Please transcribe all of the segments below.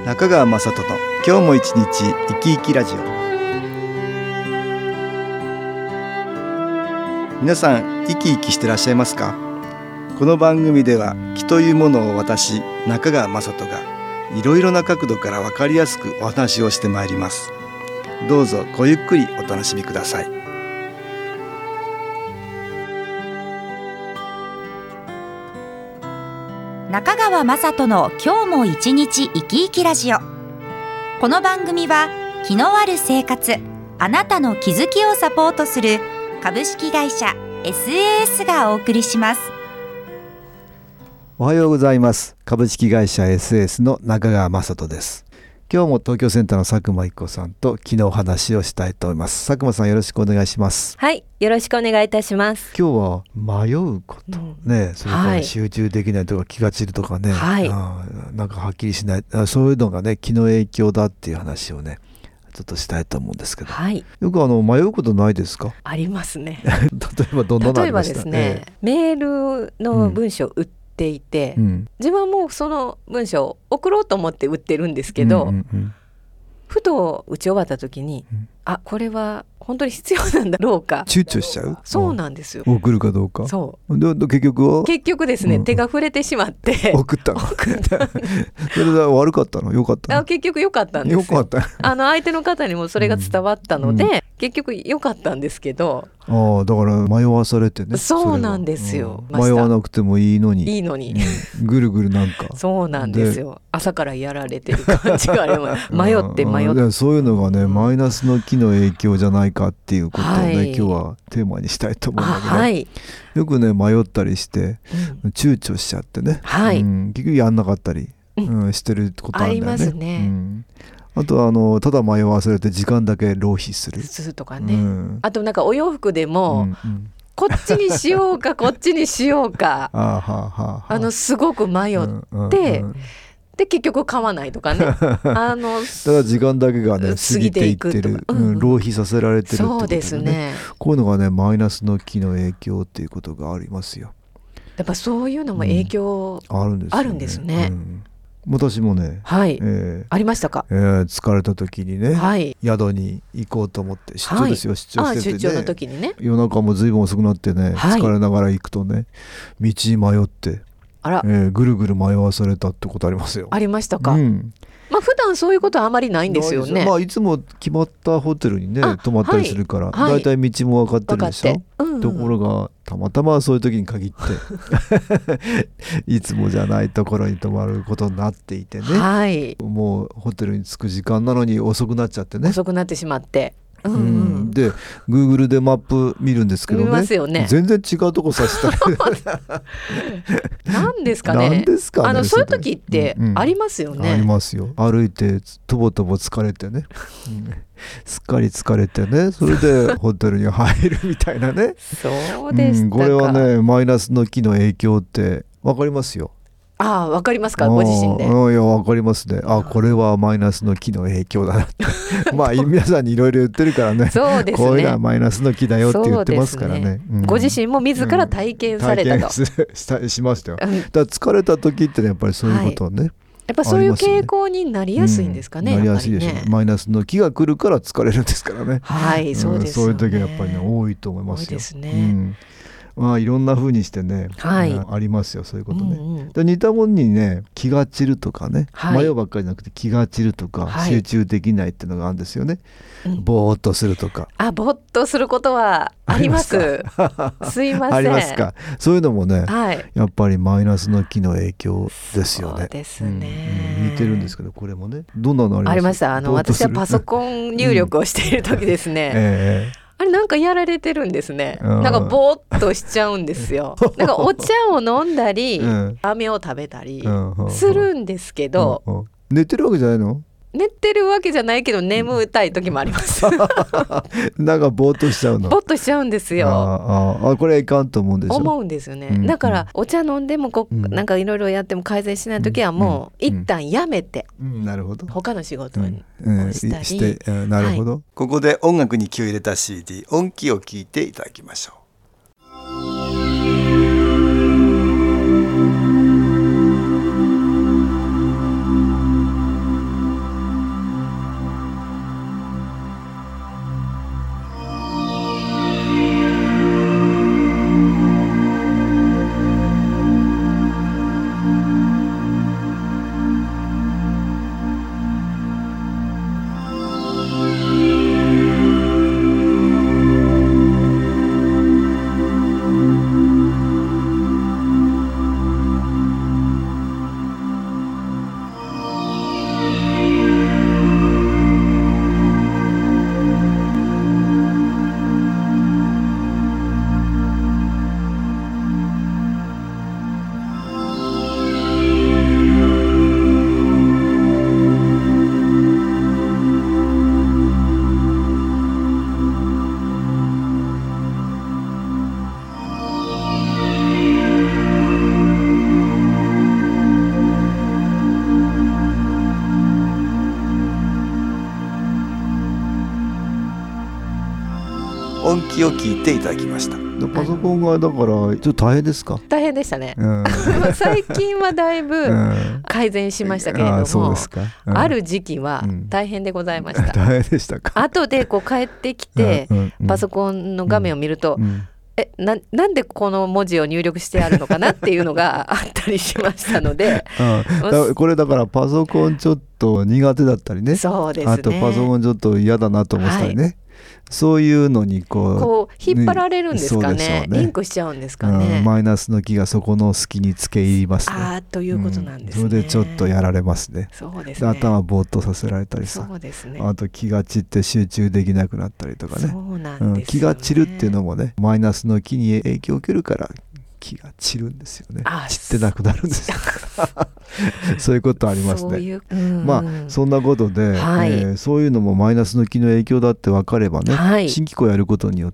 中川雅人の今日も一日生き生きラジオ。皆さん生き生きしてらっしゃいますか？この番組では気というものを私中川雅人がいろいろな角度から分かりやすくお話をしてまいります。どうぞごゆっくりお楽しみください。 中川雅人の今日も一日生き生きラジオ。この番組は気のある生活、あなたの気づきをサポートする株式会社 SAS がお送りします。 おはようございます。株式会社 SAS の中川雅人です。今日も東京センターの佐久間一子さんと昨日話をしたいと思います。佐久間さん、よろしくお願いします。 はい、よろしくお願いいたします。 今日は迷うこと、ね、それから集中できないとか気が散るとかね、なんかはっきりしない、そういうのがね気の影響だっていう話をねちょっとしたいと思うんですけど、よく迷うことないですか？ ありますね例えばどんなのありました？ 例えばですね、メールの文章を打っていて、自分はもうその文章を送ろうと思って打ってるんですけど、ふと打ち終わった時に、これは本当に必要なんだろうか、躊躇しちゃう。 そうなんですよ。 送るかどうか。そうで結局ですね、手が触れてしまって送ったのそれで悪かったの？良かったの？結局良かったんですよ。 良かった。 相手の方にもそれが伝わったので、結局良かったんですけど、 だから迷わされてね。 そうなんですよ。 迷わなくてもいいのにぐるぐるなんかそうなんですよ。朝からやられてる感じがあります迷ってそういうのがね、マイナスの気の影響じゃないかっていうことをね、今日はテーマにしたいと思うんだけど、よくね迷ったりして躊躇しちゃってね、結局やんなかったりしてることあるんだよね。ありますね。あとはただ迷わされて時間だけ浪費するとかね、あとなんかお洋服でも、こっちにしようかこっちにしようかすごく迷って、で結局買わないとかねだから時間だけがね過ぎていってる、浪費させられてるってことでね。そうですね。こういうのがねマイナスの気の影響っていうことがありますよ。 やっぱそういうのも影響あるんですね。 私もね、 ありましたか？ 疲れた時にね、宿に行こうと思って出張ですよ、出張しててね、 出張の時にね、 夜中もずいぶん遅くなってね、疲れながら行くとね道に迷ってぐるぐる迷わされたってことありますよ。 ありましたか？普段そういうことはあまりないんですよね。 いつも決まったホテルにね泊まったりするから、だいたい道も分かってるでしょ。ところがたまたまそういう時に限っていつもじゃないところに泊まることになっていてね、もうホテルに着く時間なのに遅くなっちゃってね、 遅くなってしまって、 で Google でマップ見るんですけど ね、全然違うとこ指したりなんですかね。そういう時ってありますよね。 ありますよ。歩いてとぼとぼ疲れてね、すっかり疲れてね、それでホテルに入るみたいなねそうでしたか。 これはねマイナスの気の影響って分かりますよ。 わかりますか？ご自身で。 いや分かりますね。これはマイナスの気の影響だなって皆さんにいろいろ言ってるからね。 そうですね。 こういうのはマイナスの気だよって言ってますからね。 ご自身も自ら体験されたと。 体験しましたよ。だから疲れた時ってねやっぱりそういうことはね、 やっぱそういう傾向になりやすいんですかね。 なりやすいでしょう。マイナスの気が来るから疲れるんですからね。 そうですよね。 そういう時はやっぱりね多いと思いますよ。 多いですね。 いろんな風にしてね、ありますよそういうことね。で似たもんにね気が散るとかね、迷うばっかりじゃなくて気が散るとか、集中できないっていうのがあるんですよね。ぼーっとするとか。 ぼーっとすることはあります。すいません。 ありますか。そういうのもね、やっぱりマイナスの気の影響ですよね。 そうですね。 似てるんですけど、これもねどんなのあります？ ありました。私はパソコン入力をしている時ですね。あれなんかやられてるんですね。なんかぼーっとしちゃうんですよ。なんかお茶を飲んだり、飴を食べたりするんですけど、 寝てるわけじゃないの？ 寝てるわけじゃないけど眠たい時もありますなんかぼーっとしちゃうの？ ぼーっとしちゃうんですよ。 これはいかんと思うんでしょ？ 思うんですよね。だからお茶飲んでもなんかいろいろやっても改善しない時はもう一旦やめて、 なるほど、 他の仕事をしたりして、なるほど。ここで音楽に気を入れた CD 音気を聴いていただきましょう。 音機を聞いていただきました。パソコンがだからちょっと大変ですか？ 大変でしたね、最近はだいぶ改善しましたけれども、 そうですか、 ある時期は大変でございました、 大変でしたか？ 後でこう帰ってきて、パソコンの画面を見ると、なんでこの文字を入力してあるのかなっていうのがあったりしましたのでこれだからパソコンちょっと苦手だったりね、 そうですね、 あとパソコンちょっと嫌だなと思ったりね、そういうのにこう引っ張られるんですかね、リンクしちゃうんですかね、 マイナスの気がそこの隙につけ入りますね。 ということなんですね、 それでちょっとやられますね。 そうですね、 頭ぼーっとさせられたりさ、 そうですね、 あと気が散って集中できなくなったりとかね、 そうなんですよね、 気が散るっていうのもね、マイナスの気に影響を受けるから気が散るんですよね。散ってなくなるんですよそういうことありますね。そんなことで、そういうのもマイナスの気の影響だって分かればね、新機構をやることによって、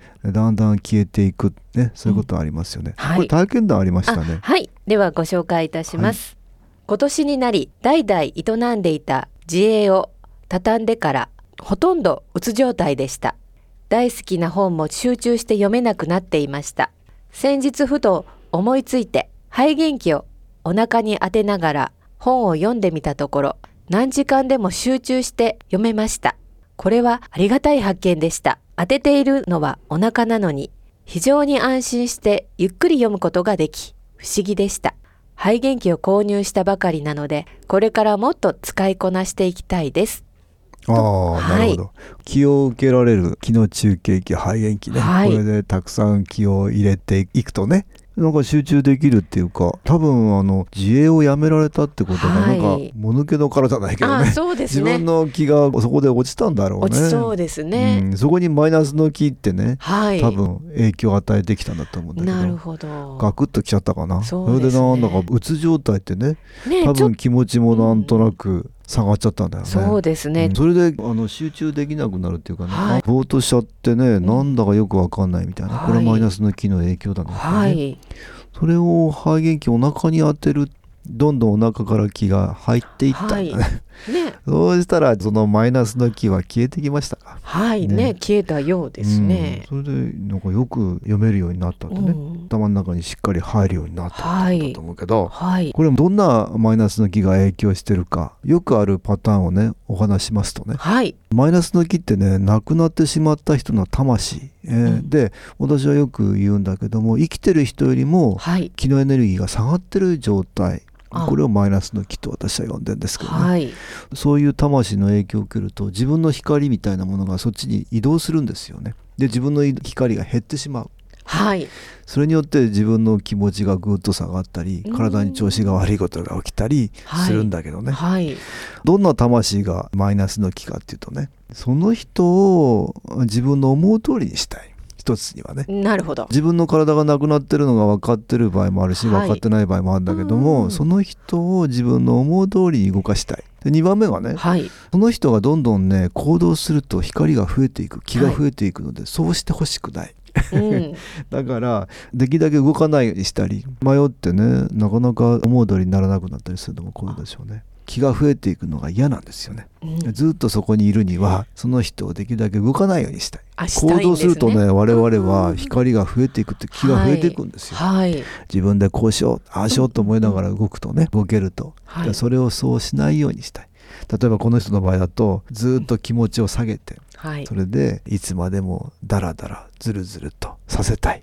だんだん消えていく、ね、そういうことありますよね、これ体験談ありましたね。 ではご紹介いたします、今年になり代々営んでいた自営を畳んでからほとんどうつ状態でした。大好きな本も集中して読めなくなっていました。先日ふと思いついて肺元気をお腹に当てながら本を読んでみたところ、何時間でも集中して読めました。これはありがたい発見でした。当てているのはお腹なのに非常に安心してゆっくり読むことができ、不思議でした。肺元気を購入したばかりなので、これからもっと使いこなしていきたいです。 なるほど。気を受けられる気の中継機、肺元気ね、これでたくさん気を入れていくとね、なんか集中できるっていうか、多分自営をやめられたってことがなんかもぬけの殻じゃないけどね、 そうですね、 自分の気がそこで落ちたんだろうね。 落ちそうですね、 そこにマイナスの気ってね、多分影響を与えてきたんだと思うんだけど、 なるほど、 ガクッときちゃったかな。 それでなんだかうつ状態ってね、多分気持ちもなんとなく下がっちゃったんだよね。 そうですね、 それで集中できなくなるっていうかね、ぼーっとしちゃってね、なんだかよくわかんないみたいな、これはマイナスの気の影響だな、それを肺元気お腹に当てる、どんどんお腹から気が入っていったんだね、そうしたらそのマイナスの気は消えてきましたか。 消えたようですね、 それでなんかよく読めるようになったんでね、頭の中にしっかり入るようになったんだと思うけど、これどんなマイナスの気が影響してるか、よくあるパターンをねお話しますとね、マイナスの気ってね、亡くなってしまった人の魂、で私はよく言うんだけども、生きてる人よりも気のエネルギーが下がってる状態、これをマイナスの気と私は呼んでるんですけどね、そういう魂の影響を受けると自分の光みたいなものがそっちに移動するんですよね。で自分の光が減ってしまう、それによって自分の気持ちがぐっと下がったり、体に調子が悪いことが起きたりするんだけどね、どんな魂がマイナスの気かっていうとね、その人を自分の思う通りにしたい、一つにはね、 なるほど、 自分の体がなくなってるのが分かってる場合もあるし、分かってない場合もあるんだけども、その人を自分の思う通りに動かしたい。で2番目はね、その人がどんどんね行動すると光が増えていく、気が増えていくので、そうしてほしくないだからできるだけ動かないようにしたり、迷ってねなかなか思う通りにならなくなったりするのもこういうでしょうね。気が増えていくのが嫌なんですよね、ずっとそこにいるにはその人をできるだけ動かないようにしたい。行動するとね、我々は光が増えていくって気が増えていくんですよ、自分でこうしようああしようと思いながら動くとね、動けると、それをそうしないようにしたい。例えばこの人の場合だとずっと気持ちを下げて、それでいつまでもダラダラズルズルとさせたい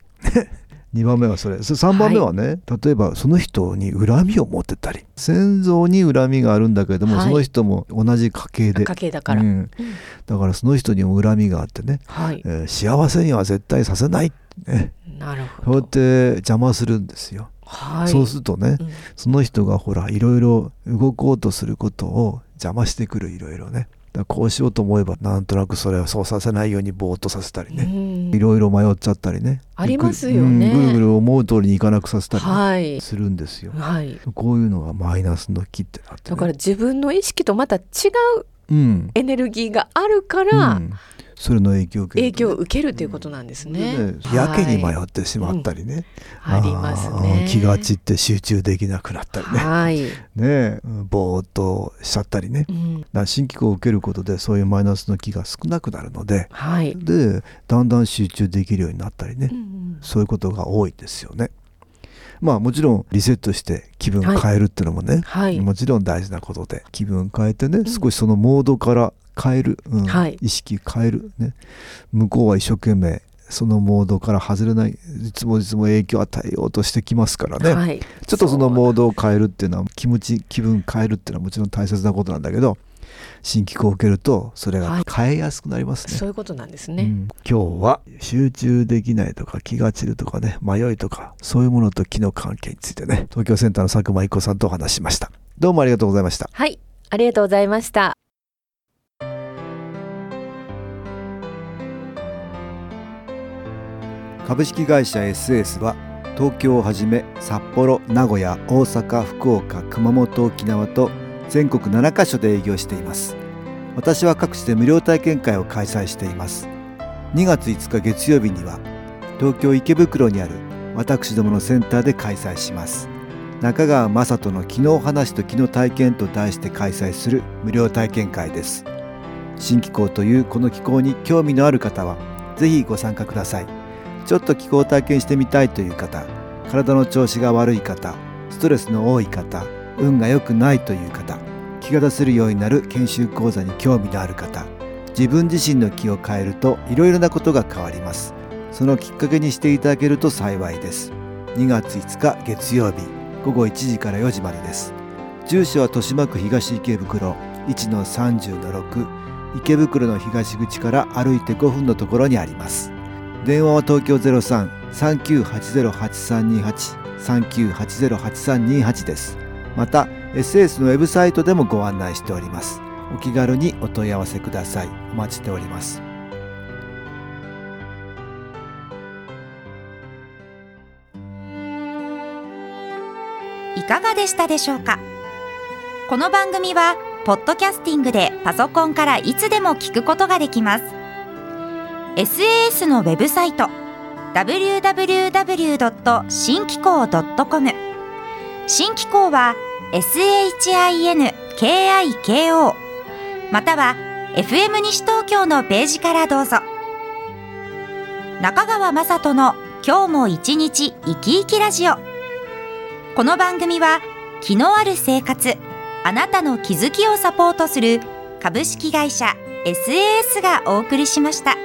2番目はそれ。3番目はね、例えばその人に恨みを持ってたり、先祖に恨みがあるんだけれども、その人も同じ家系で、 家系だから、 だからその人にも恨みがあってね、幸せには絶対させない、 なるほど、 そうやって邪魔するんですよ、そうするとね、その人がほらいろいろ動こうとすることを邪魔してくる、いろいろね。こうしようと思えばなんとなくそれをそうさせないようにぼーっとさせたりね、いろいろ迷っちゃったりね、 ありますよね、 ぐるぐる思う通りにいかなくさせたり、するんですよ、こういうのがマイナスの気ってなって、 だから自分の意識とまた違うエネルギーがあるから、 それの影響を受ける、 影響を受けるということなんですね。 やけに迷ってしまったりね、 ありますね。 気が散って集中できなくなったりね、ぼーっとしちゃったりね、だから新機構を受けることでそういうマイナスの気が少なくなるので、でだんだん集中できるようになったりね、そういうことが多いですよね。もちろんリセットして気分変えるっていうのもね、もちろん大事なことで、気分変えてね、少しそのモードから変える、意識変えるね。向こうは一生懸命そのモードから外れない、いつも影響を与えようとしてきますからね、ちょっとそのモードを変えるっていうのは、気分変えるっていうのはもちろん大切なことなんだけど、新機構を受けるとそれが変えやすくなりますね。 そういうことなんですね。 今日は集中できないとか気が散るとかね、迷いとか、そういうものと気の関係についてね、東京センターの佐久間一子さんとお話ししました。どうもありがとうございました。 はい、ありがとうございました。 株式会社 SS は東京をはじめ札幌、名古屋、大阪、福岡、熊本、沖縄と全国7カ所で営業しています。私は各地で無料体験会を開催しています。2月5日月曜日には東京池袋にある私どものセンターで開催します。中川雅人の気の話と気の体験と題して開催する無料体験会です。新気候というこの気候に興味のある方はぜひご参加ください。ちょっと気候体験してみたいという方、体の調子が悪い方、ストレスの多い方、運が良くないという方、気が出せるようになる研修講座に興味のある方、自分自身の気を変えるといろいろなことが変わります。そのきっかけにしていただけると幸いです。2月5日月曜日午後1時から4時までです。住所は豊島区東池袋 1-30-6、 池袋の東口から歩いて5分のところにあります。電話は東京 03-3980-8328 3980-8328 です。また SS のウェブサイトでもご案内しております。お気軽にお問い合わせください。お待ちしております。 いかがでしたでしょうか。この番組はポッドキャスティングでパソコンからいつでも聞くことができます。 SAS のウェブサイト www.新機構.com、 新機構は SHINKIKO、 または FM 西東京のページからどうぞ。中川雅人の今日も一日生き生きラジオ。この番組は気のある生活、あなたの気づきをサポートする株式会社 SAS がお送りしました。